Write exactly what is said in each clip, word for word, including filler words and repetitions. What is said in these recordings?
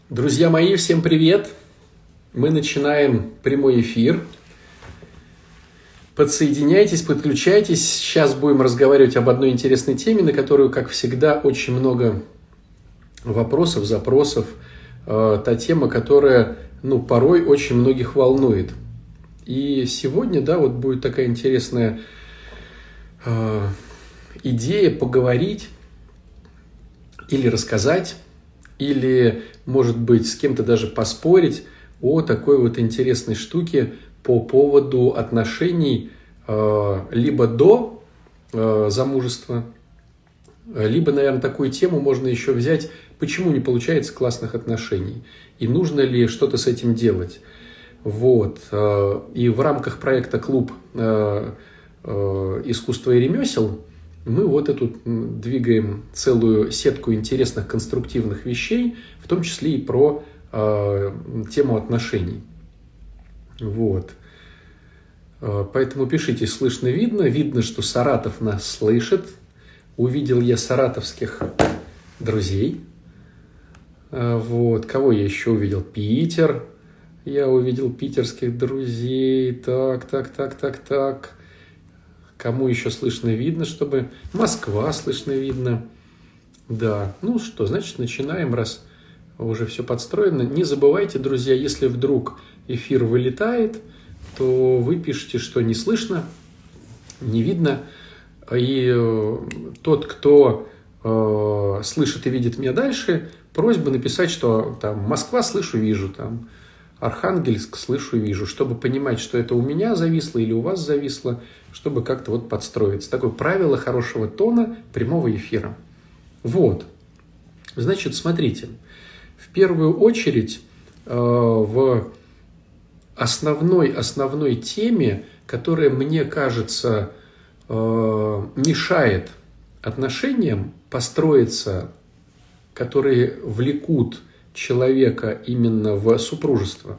Друзья мои, всем привет! Мы начинаем прямой эфир. Подсоединяйтесь, подключайтесь. Сейчас будем разговаривать об одной интересной теме, на которую, как всегда, очень много вопросов, запросов. Э, та тема, которая, ну, порой очень многих волнует. И сегодня, да, вот будет такая интересная э, идея поговорить или рассказать, или, может быть, с кем-то даже поспорить о такой вот интересной штуке по поводу отношений э, либо до э, замужества, либо, наверное, такую тему можно еще взять, почему не получается классных отношений, и нужно ли что-то с этим делать. Вот. И в рамках проекта «Клуб э, э, искусства и ремесел» мы вот эту двигаем целую сетку интересных конструктивных вещей, в том числе и про э, тему отношений. Вот. Поэтому пишите, слышно, видно. Видно, что Саратов нас слышит. Увидел я саратовских друзей. Вот. Кого я еще увидел? Питер. Я увидел питерских друзей. Так, так, так, так, так. Кому еще слышно, видно, чтобы... Москва слышно, видно. Да, ну что, значит, начинаем, раз уже все подстроено. Не забывайте, друзья, если вдруг эфир вылетает, то вы пишете, что не слышно, не видно. И тот, кто э, слышит и видит меня дальше, просьба написать, что там Москва слышу, вижу, там Архангельск слышу и вижу, чтобы понимать, что это у меня зависло или у вас зависло, чтобы как-то вот подстроиться. Такое правило хорошего тона прямого эфира. Вот. Значит, смотрите. В первую очередь э, в основной, основной теме, которая, мне кажется, э, мешает отношениям построиться, которые влекут человека именно в супружество,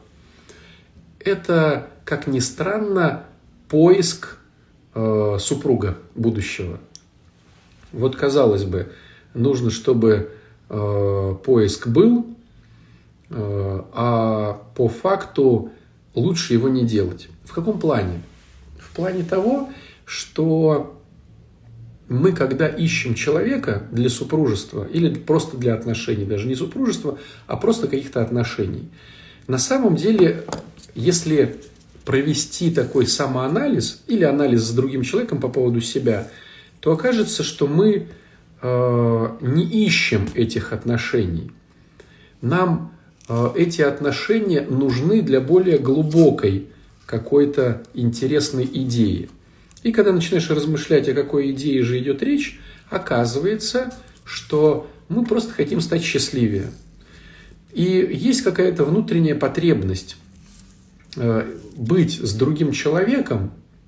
это, как ни странно, поиск э, супруга будущего. Вот, казалось бы, нужно, чтобы э, поиск был, э, а по факту лучше его не делать. В каком плане? В плане того, что мы, когда ищем человека для супружества или просто для отношений, даже не супружества, а просто каких-то отношений, на самом деле, если провести такой самоанализ или анализ с другим человеком по поводу себя, то окажется, что мы э, не ищем этих отношений. Нам э, эти отношения нужны для более глубокой какой-то интересной идеи. И когда начинаешь размышлять, о какой идее же идет речь, оказывается, что мы просто хотим стать счастливее. И есть какая-то внутренняя потребность э, быть с другим человеком,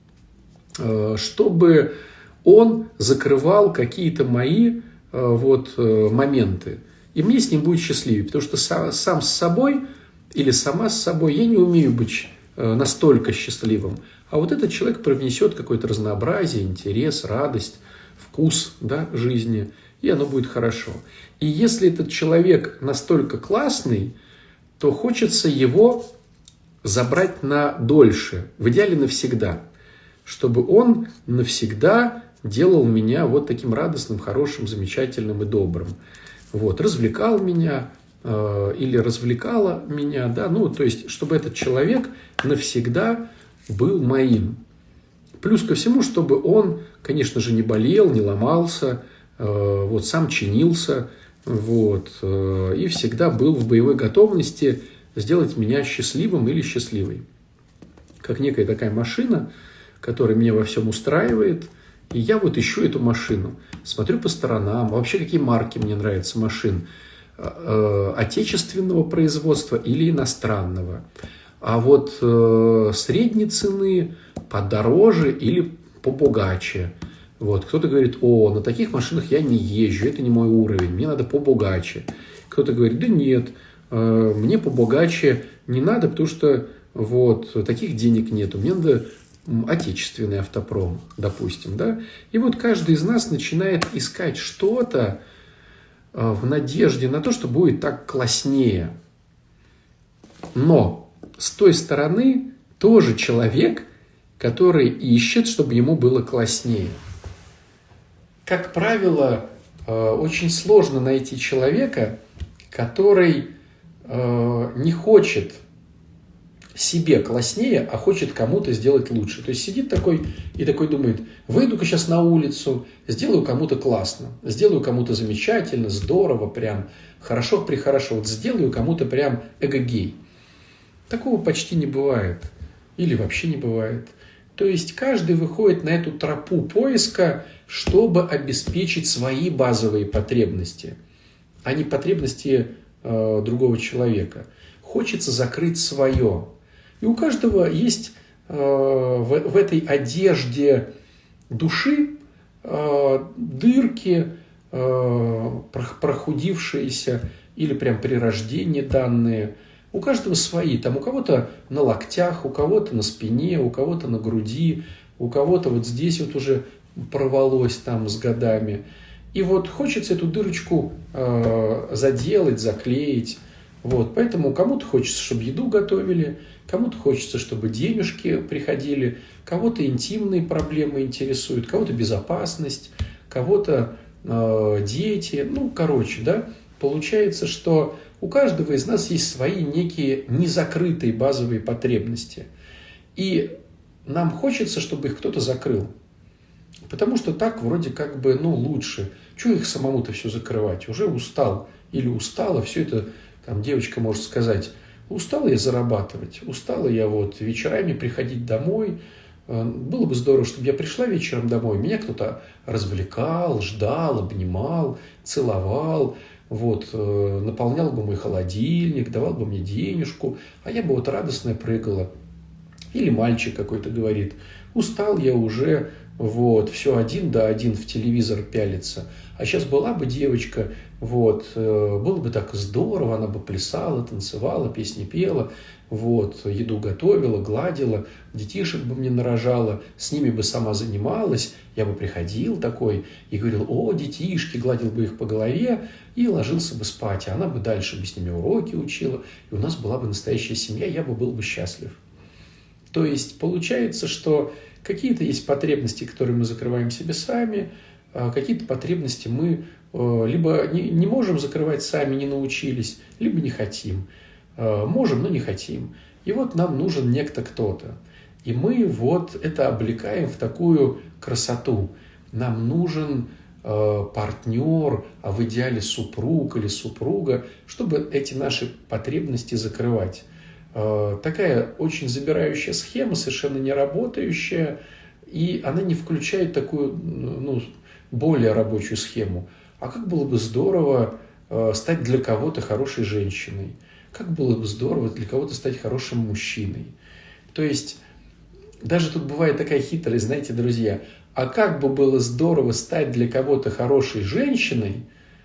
э, чтобы он закрывал какие-то мои э, вот, э, моменты. И мне с ним будет счастливее, потому что сам, сам с собой или сама с собой я не умею быть э, настолько счастливым. А вот этот человек привнесет какое-то разнообразие, интерес, радость, вкус, да, жизни, и оно будет хорошо. И если этот человек настолько классный, то хочется его забрать на дольше, в идеале навсегда, чтобы он навсегда делал меня вот таким радостным, хорошим, замечательным и добрым. Вот, развлекал меня э, или развлекала меня, да, ну, то есть, чтобы этот человек навсегда был моим. Плюс ко всему, чтобы он, конечно же, не болел, не ломался, э, вот, сам чинился, вот, э, и всегда был в боевой готовности сделать меня счастливым или счастливой. Как некая такая машина, которая меня во всем устраивает, и я вот ищу эту машину, смотрю по сторонам, вообще какие марки мне нравятся машин, э, э, отечественного производства или иностранного. А вот э, средней цены, подороже или побогаче. Вот. Кто-то говорит, о, на таких машинах я не езжу, это не мой уровень, мне надо побогаче. Кто-то говорит, да нет, э, мне побогаче не надо, потому что вот, таких денег нету, мне надо отечественный автопром, допустим. Да? И вот каждый из нас начинает искать что-то э, в надежде на то, что будет так класснее. но с той стороны тоже человек, который ищет, чтобы ему было класснее. Как правило, очень сложно найти человека, который не хочет себе класснее, а хочет кому-то сделать лучше. То есть сидит такой и такой думает: выйду-ка сейчас на улицу, сделаю кому-то классно, сделаю кому-то замечательно, здорово, прям хорошо-прихорошо, вот сделаю кому-то прям эгогей. Такого почти не бывает. Или вообще не бывает. То есть каждый выходит на эту тропу поиска, чтобы обеспечить свои базовые потребности, а не потребности э, другого человека. Хочется закрыть свое. И у каждого есть э, в, в этой одежде души э, дырки, э, прохудившиеся или прям при рождении данные. У каждого свои. Там у кого-то на локтях, у кого-то на спине, у кого-то на груди, у кого-то вот здесь вот уже порвалось там с годами. И вот хочется эту дырочку э, заделать, заклеить. Вот. Поэтому кому-то хочется, чтобы еду готовили, кому-то хочется, чтобы денежки приходили, кого-то интимные проблемы интересуют, кого-то безопасность, кого-то э, дети. Ну, короче, да, получается, что у каждого из нас есть свои некие незакрытые базовые потребности. И нам хочется, чтобы их кто-то закрыл. Потому что так вроде как бы, ну, лучше. Чего их самому-то все закрывать? Уже устал или устала. Все это, там, девочка может сказать: устала я зарабатывать, устала я вот вечерами приходить домой. Было бы здорово, чтобы я пришла вечером домой, меня кто-то развлекал, ждал, обнимал, целовал. Вот, наполнял бы мой холодильник, давал бы мне денежку, а я бы вот радостная прыгала. Или мальчик какой-то говорит: устал я уже, вот, все один да один в телевизор пялится. А сейчас была бы девочка, вот, было бы так здорово, она бы плясала, танцевала, песни пела, вот, еду готовила, гладила, детишек бы мне нарожала, с ними бы сама занималась, я бы приходил такой и говорил: о, детишки, гладил бы их по голове и ложился бы спать, а она бы дальше бы с ними уроки учила, и у нас была бы настоящая семья, я бы был бы счастлив. То есть получается, что какие-то есть потребности, которые мы закрываем себе сами, а какие-то потребности мы либо не, не можем закрывать сами, не научились, либо не хотим. Можем, но не хотим. И вот нам нужен некто кто-то. И мы вот это облекаем в такую красоту. Нам нужен э, партнер, а в идеале супруг или супруга, чтобы эти наши потребности закрывать. Э, такая очень забирающая схема, совершенно не работающая, и она не включает такую, ну, более рабочую схему. А как было бы здорово э, стать для кого-то хорошей женщиной? Как было бы здорово для кого-то стать хорошим мужчиной? То есть, даже тут бывает такая хитрость, знаете, друзья, а как бы было здорово стать для кого-то хорошей женщиной,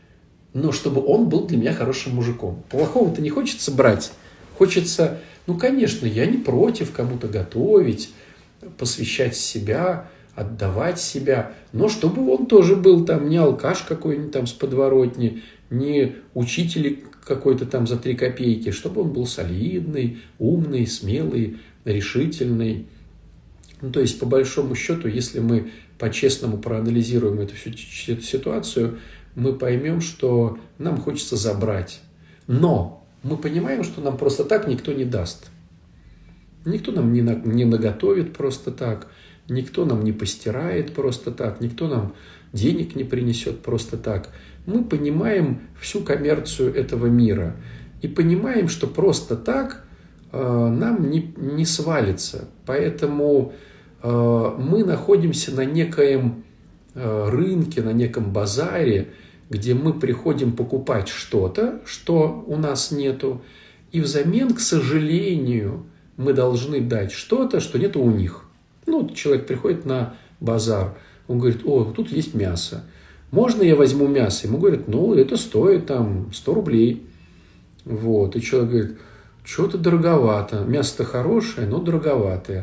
но чтобы он был для меня хорошим мужиком. Плохого-то не хочется брать. Хочется, ну, конечно, я не против кому-то готовить, посвящать себя, отдавать себя, но чтобы он тоже был там не алкаш какой-нибудь там с подворотни, не учитель какой-то там за три копейки, чтобы он был солидный, умный, смелый, решительный. Ну, то есть, по большому счету, если мы по-честному проанализируем эту всю эту ситуацию, мы поймем, что нам хочется забрать. Но мы понимаем, что нам просто так никто не даст. Никто нам не, на, не наготовит просто так, никто нам не постирает просто так, никто нам денег не принесет просто так. Мы понимаем всю коммерцию этого мира и понимаем, что просто так э, нам не, не свалится. Поэтому э, мы находимся на некоем э, рынке, на неком базаре, где мы приходим покупать что-то, что у нас нету, и взамен, к сожалению, мы должны дать что-то, что нету у них. Ну, человек приходит на базар, он говорит: о, тут есть мясо. Можно я возьму мясо? Ему говорят: ну, это стоит там сто рублей. Вот. И человек говорит: что-то дороговато. Мясо-то хорошее, но дороговатое.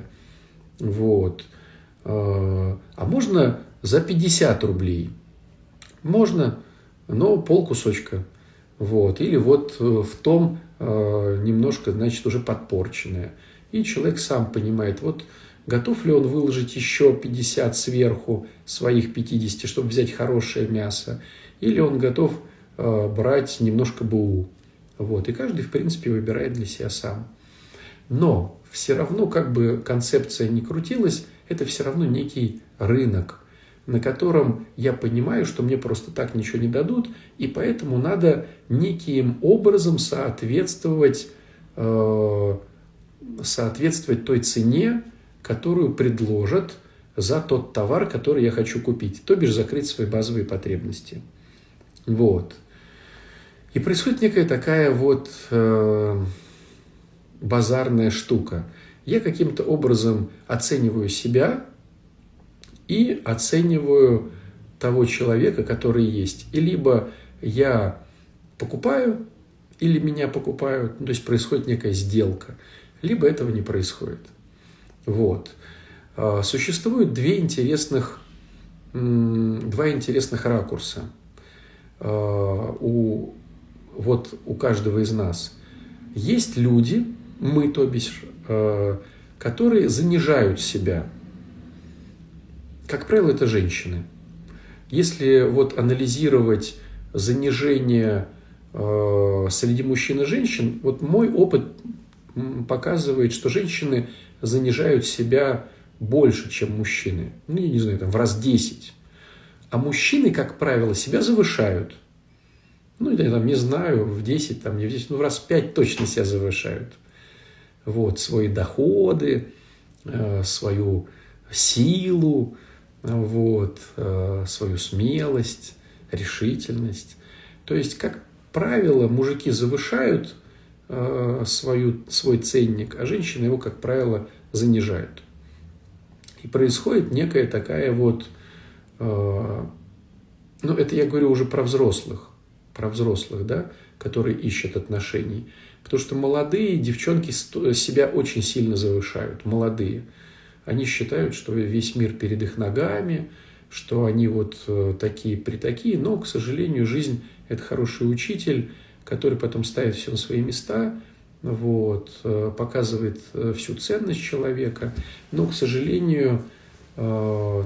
Вот. А можно за пятьдесят рублей? Можно, но полкусочка. Вот. Или вот в том э, немножко, значит, уже подпорченное. И человек сам понимает, вот готов ли он выложить еще пятьдесят сверху своих пятидесяти, чтобы взять хорошее мясо, или он готов э, брать немножко БУ. Вот. И каждый, в принципе, выбирает для себя сам. Но все равно, как бы концепция ни крутилась, это все равно некий рынок, на котором я понимаю, что мне просто так ничего не дадут, и поэтому надо неким образом соответствовать, э, соответствовать той цене, которую предложат за тот товар, который я хочу купить, то бишь закрыть свои базовые потребности. Вот. И происходит некая такая вот э, базарная штука. Я каким-то образом оцениваю себя и оцениваю того человека, который есть. И либо я покупаю, или меня покупают, ну, то есть происходит некая сделка, либо этого не происходит. Вот. Существует две интересных, два интересных ракурса у, вот, у каждого из нас. Есть люди, мы, то бишь, которые занижают себя. Как правило, это женщины. Если вот анализировать занижение э, среди мужчин и женщин, вот мой опыт показывает, что женщины занижают себя больше, чем мужчины. Ну, я не знаю, там, в раз десять. А мужчины, как правило, себя завышают. Ну, я там не знаю, в десять, там, не в десять, ну, в раз пять точно себя завышают. Вот, свои доходы, э, свою силу, вот, э, свою смелость, решительность. То есть, как правило, мужики завышают э, свою, свой ценник, а женщины его, как правило, занижают. И происходит некая такая вот, э, ну, это я говорю уже про взрослых, про взрослых, да, которые ищут отношений. Потому что молодые девчонки себя очень сильно завышают, молодые. Они считают, что весь мир перед их ногами, что они вот такие при такие, но, к сожалению, жизнь – это хороший учитель, который потом ставит все на свои места, вот, показывает всю ценность человека, но, к сожалению, у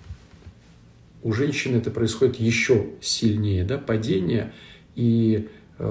женщины это происходит еще сильнее, да, падение, и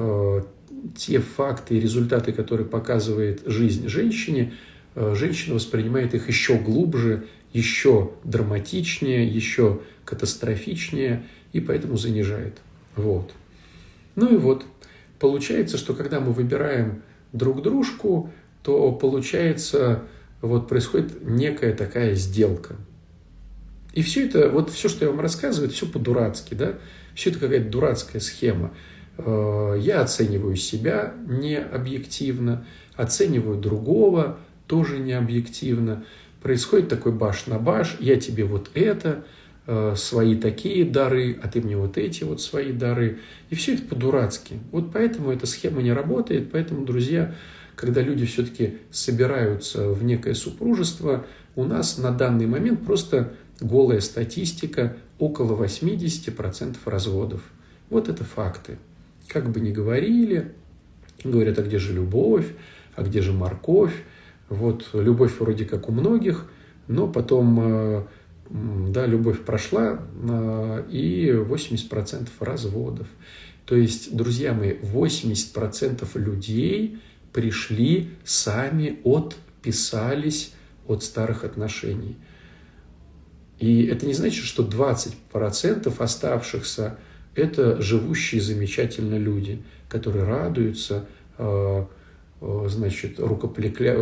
те факты и результаты, которые показывает жизнь женщине, женщина воспринимает их еще глубже, еще драматичнее, еще катастрофичнее, и поэтому занижает. Вот. Ну и вот, получается, что когда мы выбираем друг дружку, то получается, вот происходит некая такая сделка. И все это, вот все, что я вам рассказываю, это все по-дурацки, да? Все это какая-то дурацкая схема. Я оцениваю себя не объективно, оцениваю другого тоже не объективно. Происходит такой баш на баш, я тебе вот это, свои такие дары, а ты мне вот эти вот свои дары. И все это по-дурацки. Вот поэтому эта схема не работает, поэтому, друзья, когда люди все-таки собираются в некое супружество, у нас на данный момент просто голая статистика, около восемьдесят процентов разводов. Вот это факты. Как бы ни говорили, говорят, а где же любовь, а где же морковь? Вот любовь вроде как у многих, но потом, да, любовь прошла, и восемьдесят процентов разводов. То есть, друзья мои, восемьдесят процентов людей пришли сами, отписались от старых отношений. И это не значит, что двадцать процентов оставшихся – это живущие замечательно люди, которые радуются, значит, рукоплескают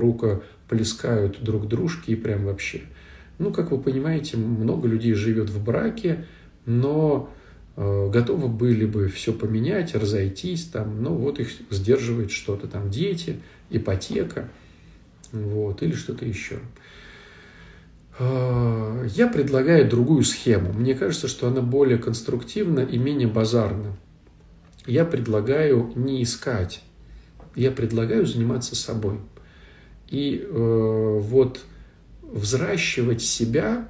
друг дружке и прям вообще. Ну, как вы понимаете, много людей живет в браке, но готовы были бы все поменять, разойтись, там, но вот их сдерживает что-то там, дети, ипотека, вот, или что-то еще. Я предлагаю другую схему. Мне кажется, что она более конструктивна и менее базарна. Я предлагаю не искать, я предлагаю заниматься собой. И э, вот взращивать себя,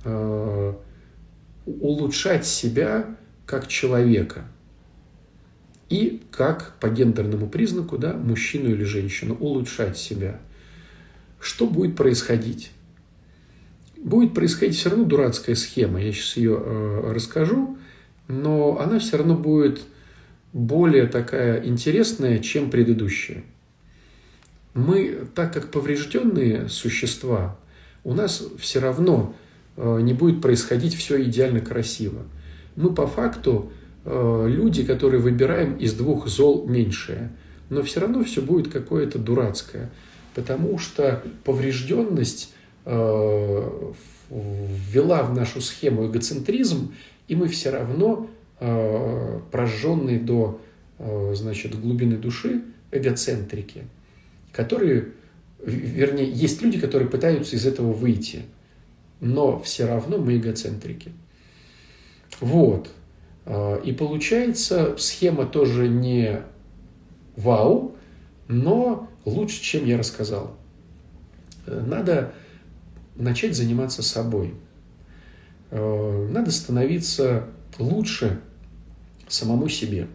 э, улучшать себя как человека. и как по гендерному признаку, да, мужчину или женщину, улучшать себя. Что будет происходить? Будет происходить все равно дурацкая схема, я сейчас ее э, расскажу, но она все равно будет более такая интересная, чем предыдущая. Мы, так как поврежденные существа, у нас все равно э, не будет происходить все идеально красиво. Мы по факту э, люди, которые выбираем из двух зол меньшее, но все равно все будет какое-то дурацкое, потому что поврежденность э, ввела в нашу схему эгоцентризм, и мы все равно э, прожженные до э, значит, глубины души эгоцентрики, которые, вернее, есть люди, которые пытаются из этого выйти, но все равно мы эгоцентрики. Вот. И получается, схема тоже не вау, но лучше, чем я рассказал. Надо начать заниматься собой. Надо становиться лучше самому себе.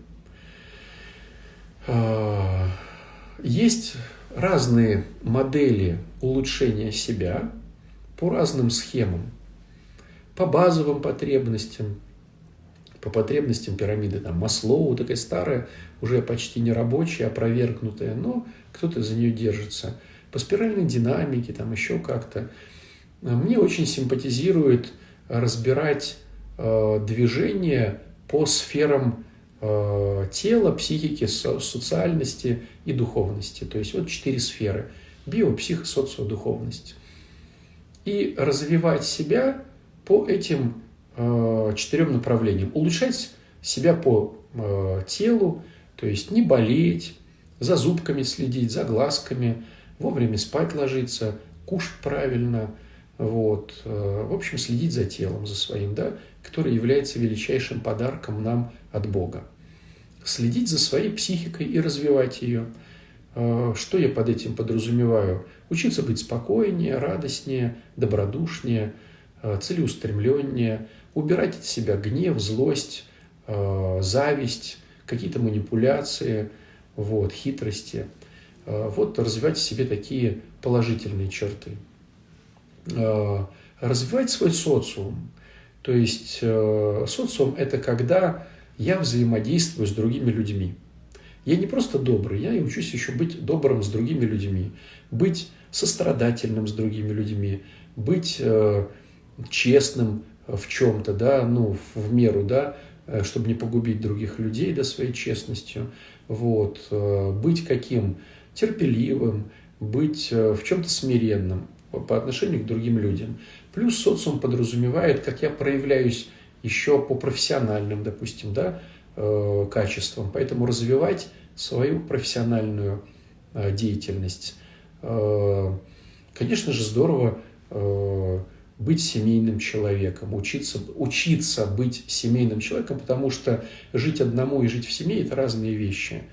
Есть разные модели улучшения себя по разным схемам, по базовым потребностям, по потребностям пирамиды там, Маслоу, такая старая, уже почти не рабочая, опровергнутая, но кто-то за нее держится. По спиральной динамике, там еще как-то. Мне очень симпатизирует разбирать э, движение по сферам э, тела, психики, со, социальности и духовности. То есть вот четыре сферы. Био, психо, социо, духовность. И развивать себя по этим э, четырем направлениям. Улучшать себя по э, телу, то есть не болеть, за зубками следить, за глазками, вовремя спать ложиться, кушать правильно, вот. В общем, следить за телом, за своим, да, который является величайшим подарком нам от Бога. Следить за своей психикой и развивать ее. Что я под этим подразумеваю? Учиться быть спокойнее, радостнее, добродушнее, целеустремленнее, убирать от себя гнев, злость, зависть, какие-то манипуляции, вот, хитрости. Вот развивать в себе такие положительные черты. Развивать свой социум. То есть социум – это когда я взаимодействую с другими людьми. Я не просто добрый, я и учусь еще быть добрым с другими людьми, быть сострадательным с другими людьми, быть честным в чем-то, да, ну, в меру, да, чтобы не погубить других людей, да, своей честностью. Вот. Быть каким? Терпеливым, быть в чем-то смиренным по отношению к другим людям. Плюс социум подразумевает, как я проявляюсь еще по профессиональным, допустим, да, э, качествам. Поэтому развивать свою профессиональную э, деятельность. Э, конечно же, здорово э, быть семейным человеком, учиться, учиться быть семейным человеком, потому что жить одному и жить в семье – это разные вещи.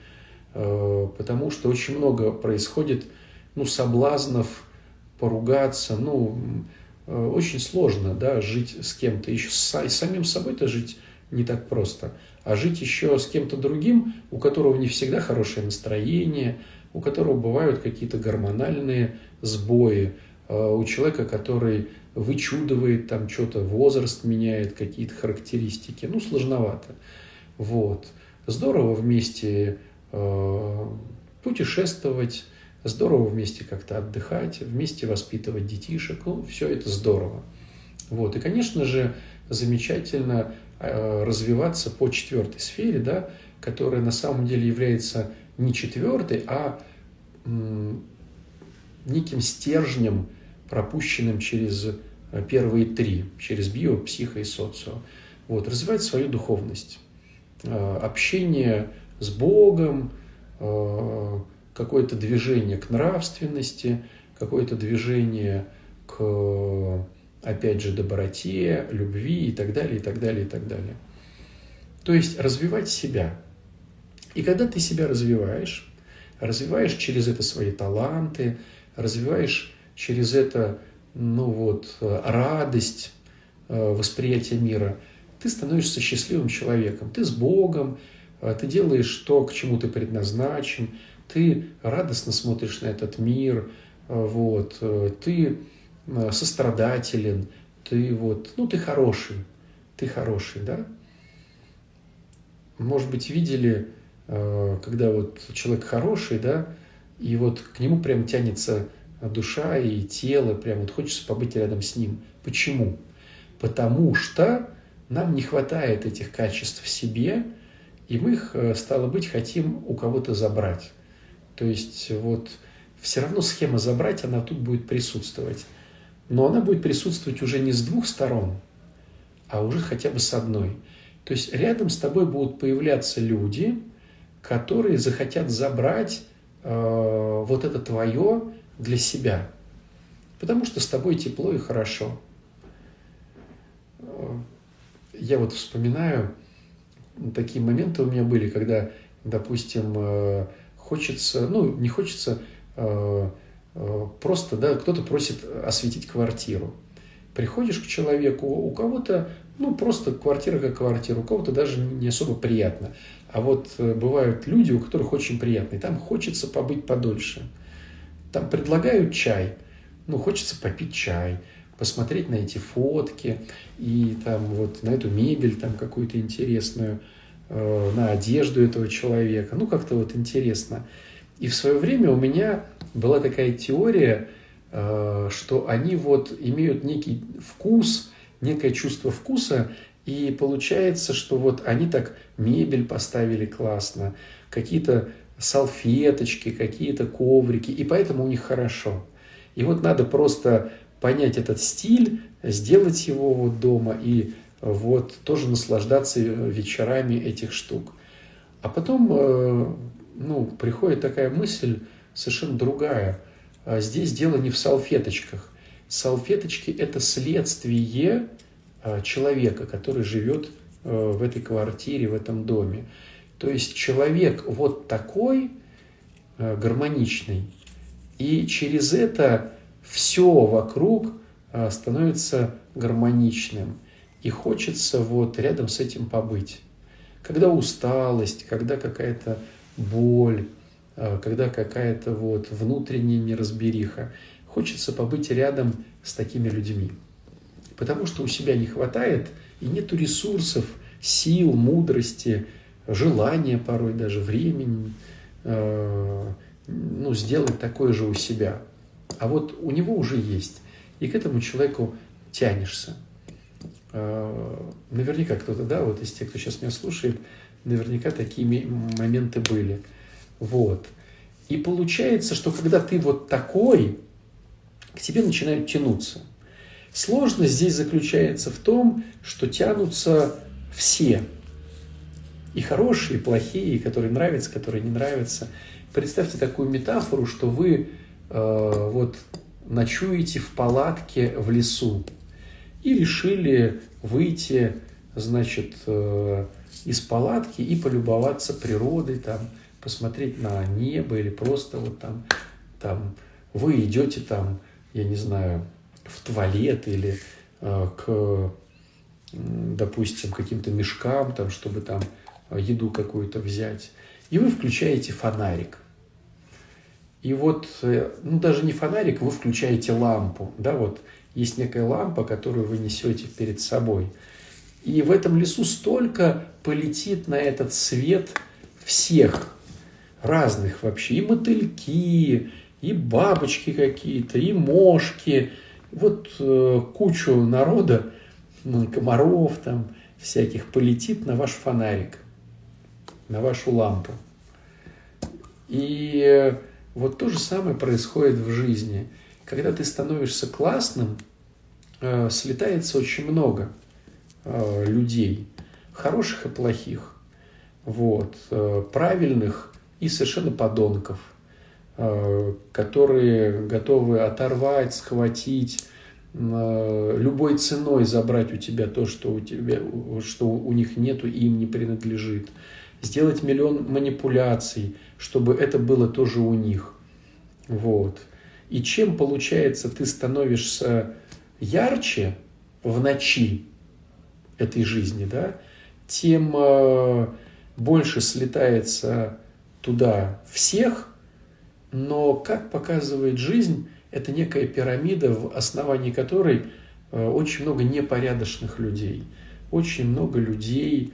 Э, потому что очень много происходит, ну, соблазнов, поругаться, ну, очень сложно, да, жить с кем-то, еще с самим собой-то жить не так просто, а жить еще с кем-то другим, у которого не всегда хорошее настроение, у которого бывают какие-то гормональные сбои, у человека, который вычудывает, там что-то, возраст меняет, какие-то характеристики, ну, сложновато. Вот. Здорово вместе э, путешествовать, здорово вместе как-то отдыхать, вместе воспитывать детишек. Ну, все это здорово. Вот. И, конечно же, замечательно э, развиваться по четвертой сфере, да, которая на самом деле является не четвертой, а м, неким стержнем, пропущенным через первые три, через био, психо и социо. Вот. Развивать свою духовность. Э, общение с Богом, э, какое-то движение к нравственности, какое-то движение к, опять же, доброте, любви и так далее, и так далее, и так далее. То есть развивать себя. И когда ты себя развиваешь, развиваешь через это свои таланты, развиваешь через это, ну вот, радость, восприятие мира, ты становишься счастливым человеком. Ты с Богом, ты делаешь то, к чему ты предназначен, ты радостно смотришь на этот мир, вот, ты сострадателен, ты вот, ну, ты хороший, ты хороший, да? Может быть, видели, когда вот человек хороший, да, и вот к нему прям тянется душа и тело, прям вот хочется побыть рядом с ним. Почему? Потому что нам не хватает этих качеств в себе, и мы их, стало быть, хотим у кого-то забрать. То есть вот все равно схема забрать, она тут будет присутствовать. Но она будет присутствовать уже не с двух сторон, а уже хотя бы с одной. То есть рядом с тобой будут появляться люди, которые захотят забрать э, вот это твое для себя. Потому что с тобой тепло и хорошо. Я вот вспоминаю, такие моменты у меня были, когда, допустим, хочется, ну, не хочется, просто, да, кто-то просит осветить квартиру. Приходишь к человеку, у кого-то, ну, просто квартира как квартира, у кого-то даже не особо приятно. А вот бывают люди, у которых очень приятно, и там хочется побыть подольше. Там предлагают чай, ну, хочется попить чай, посмотреть на эти фотки, и там вот на эту мебель там какую-то интересную, э, на одежду этого человека, ну, как-то вот интересно. И в свое время у меня была такая теория, э, что они вот имеют некий вкус, некое чувство вкуса, и получается, что вот они так мебель поставили классно, какие-то салфеточки, какие-то коврики, и поэтому у них хорошо. И вот надо просто понять этот стиль, сделать его вот дома и вот тоже наслаждаться вечерами этих штук. А потом, ну, приходит такая мысль совершенно другая. Здесь дело не в салфеточках. Салфеточки – это следствие человека, который живет в этой квартире, в этом доме. То есть человек вот такой гармоничный, и через это все вокруг становится гармоничным. И хочется вот рядом с этим побыть. Когда усталость, когда какая-то боль, когда какая-то вот внутренняя неразбериха, хочется побыть рядом с такими людьми. Потому что у себя не хватает и нету ресурсов, сил, мудрости, желания порой даже, времени, ну, сделать такое же у себя. А вот у него уже есть. И к этому человеку тянешься. Наверняка кто-то, да, вот из тех, кто сейчас меня слушает, наверняка такие моменты были. Вот. И получается, что когда ты вот такой, к тебе начинают тянуться. Сложность здесь заключается в том, что тянутся все. И хорошие, и плохие, и которые нравятся, которые не нравятся. Представьте такую метафору, что вы э, вот ночуете в палатке в лесу и решили выйти, значит, э, из палатки и полюбоваться природой, там, посмотреть на небо или просто вот там, там вы идете там, я не знаю, в туалет или э, к, допустим, каким-то мешкам, там, чтобы там еду какую-то взять. И вы включаете фонарик. И вот, ну даже не фонарик, вы включаете лампу. Да, вот есть некая лампа, которую вы несете перед собой. И в этом лесу столько полетит на этот свет всех, разных вообще. И мотыльки, и бабочки какие-то, и мошки. Вот э, кучу народа, ну, комаров там всяких полетит на ваш фонарик, на вашу лампу. И вот то же самое происходит в жизни. Когда ты становишься классным, э, слетается очень много э, людей, хороших и плохих, вот, э, правильных и совершенно подонков, э, которые готовы оторвать, схватить, э, любой ценой забрать у тебя то, что у тебя, что у них нету и им не принадлежит. Сделать миллион манипуляций, чтобы это было тоже у них. Вот. И чем, получается, ты становишься ярче в ночи этой жизни, да, тем э, больше слетается туда всех, но, как показывает жизнь, это некая пирамида, в основании которой очень много непорядочных людей, очень много людей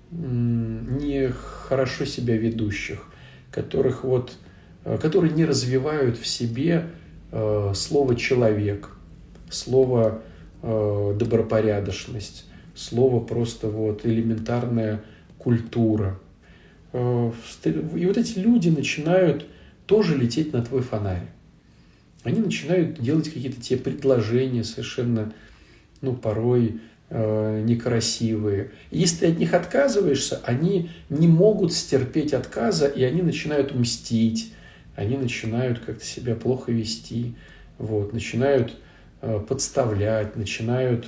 не хорошо себя ведущих, которых вот, которые не развивают в себе слово «человек», слово «добропорядочность», слово просто вот элементарная культура. И вот эти люди начинают тоже лететь на твой фонарь. Они начинают делать какие-то те предложения совершенно, ну, порой э, некрасивые. И если ты от них отказываешься, они не могут стерпеть отказа, и они начинают мстить, они начинают как-то себя плохо вести, вот, начинают э, подставлять, начинают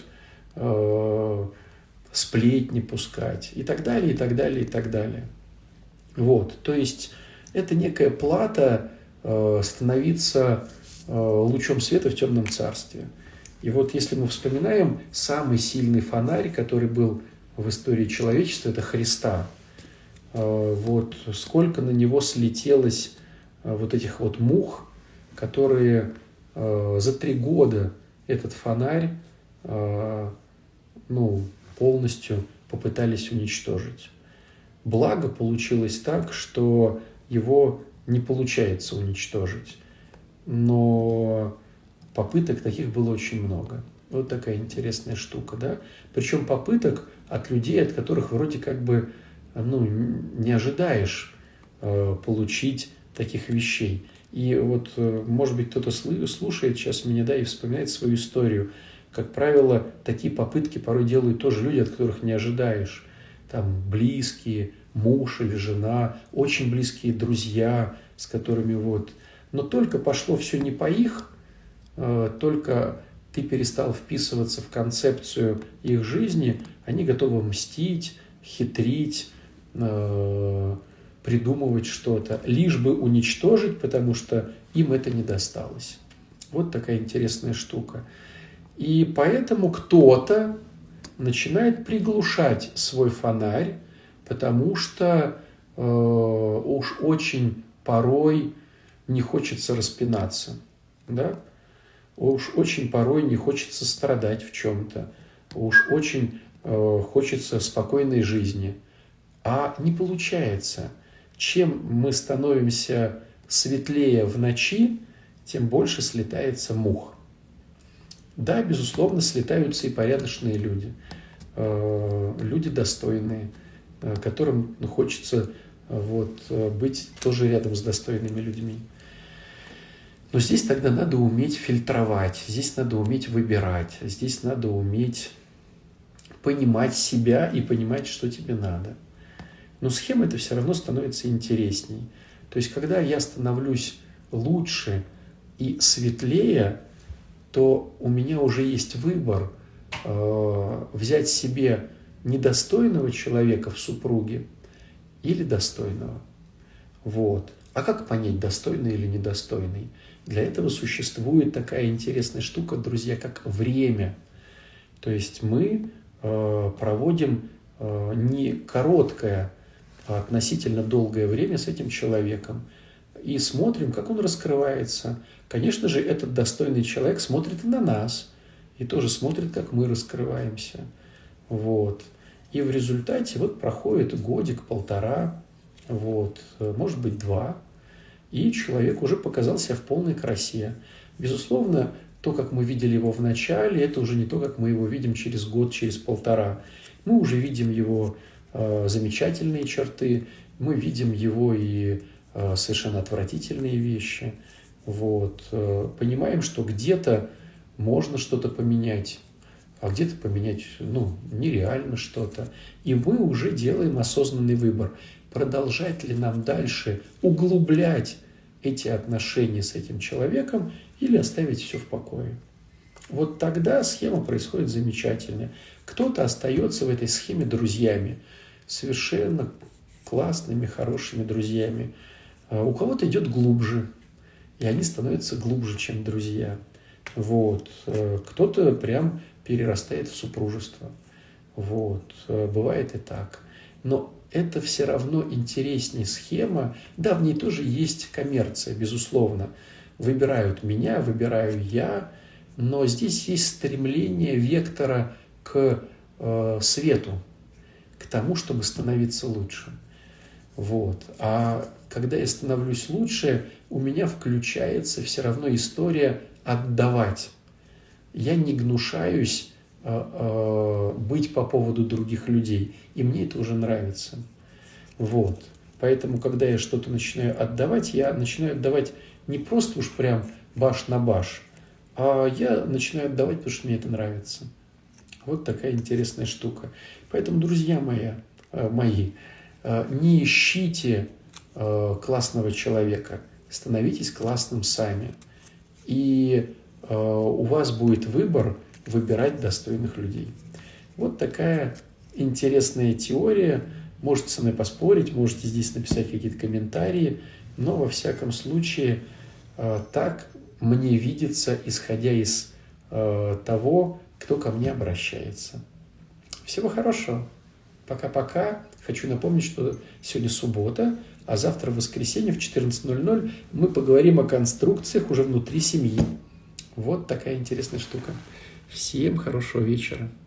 э, сплетни пускать и так далее, и так далее, и так далее. Вот, то есть это некая плата э, становиться э, лучом света в темном царстве. И вот если мы вспоминаем самый сильный фонарь, который был в истории человечества, это Христа. Э, вот сколько на него слетелось э, вот этих вот мух, которые э, за три года этот фонарь э, ну, полностью попытались уничтожить. Благо получилось так, что его не получается уничтожить. Но попыток таких было очень много. Вот такая интересная штука, да? Причем попыток от людей, от которых вроде как бы ну, не ожидаешь э, получить таких вещей. И вот, э, может быть, кто-то слушает сейчас меня, да, и вспоминает свою историю. Как правило, такие попытки порой делают тоже люди, от которых не ожидаешь. Там близкие, муж или жена, очень близкие друзья, с которыми вот. Но только пошло все не по их, только ты перестал вписываться в концепцию их жизни, они готовы мстить, хитрить, придумывать что-то, лишь бы уничтожить, потому что им это не досталось. Вот такая интересная штука. И поэтому кто-то начинает приглушать свой фонарь, потому что э, уж очень порой не хочется распинаться, да? Уж очень порой не хочется страдать в чем-то, уж очень э, хочется спокойной жизни. А не получается. Чем мы становимся светлее в ночи, тем больше слетается мух. Да, безусловно, слетаются и порядочные люди, люди достойные, которым хочется вот, быть тоже рядом с достойными людьми. Но здесь тогда надо уметь фильтровать, здесь надо уметь выбирать, здесь надо уметь понимать себя и понимать, что тебе надо. Но схема это все равно становится интересней. То есть, когда я становлюсь лучше и светлее, то у меня уже есть выбор э, взять себе недостойного человека в супруге или достойного. Вот. А как понять, достойный или недостойный? Для этого существует такая интересная штука, друзья, как время. То есть мы э, проводим э, не короткое, а относительно долгое время с этим человеком и смотрим, как он раскрывается. Конечно же, этот достойный человек смотрит и на нас, и тоже смотрит, как мы раскрываемся. Вот. И в результате вот проходит годик, полтора, вот, может быть, два, и человек уже показал себя в полной красе. Безусловно, то, как мы видели его в начале, это уже не то, как мы его видим через год, через полтора. Мы уже видим его э, замечательные черты, мы видим его и э, совершенно отвратительные вещи. Вот. Понимаем, что где-то можно что-то поменять, а где-то поменять ну, нереально что-то. И мы уже делаем осознанный выбор, продолжать ли нам дальше углублять эти отношения с этим человеком или оставить все в покое. Вот тогда схема происходит замечательная. Кто-то остается в этой схеме друзьями, совершенно классными, хорошими друзьями. У кого-то идет глубже. И они становятся глубже, чем друзья. Вот. Кто-то прям перерастает в супружество. Вот. Бывает и так. Но это все равно интереснее схема. Да, в ней тоже есть коммерция, безусловно. Выбирают меня, выбираю я, но здесь есть стремление вектора к э, свету, к тому, чтобы становиться лучше. Вот. А когда я становлюсь лучше, у меня включается все равно история отдавать. Я не гнушаюсь э, э, быть по поводу других людей, и мне это уже нравится. Вот. Поэтому, когда я что-то начинаю отдавать, я начинаю отдавать не просто уж прям баш на баш, а я начинаю отдавать, потому что мне это нравится. Вот такая интересная штука. Поэтому, друзья мои, мои не ищите классного человека, становитесь классным сами. И у вас будет выбор выбирать достойных людей. Вот такая интересная теория. Можете со мной поспорить, можете здесь написать какие-то комментарии, но во всяком случае так мне видится, исходя из того, кто ко мне обращается. Всего хорошего. Пока-пока. Хочу напомнить, что сегодня суббота, а завтра в воскресенье в четырнадцать ноль ноль мы поговорим о конструкциях уже внутри семьи. Вот такая интересная штука. Всем хорошего вечера.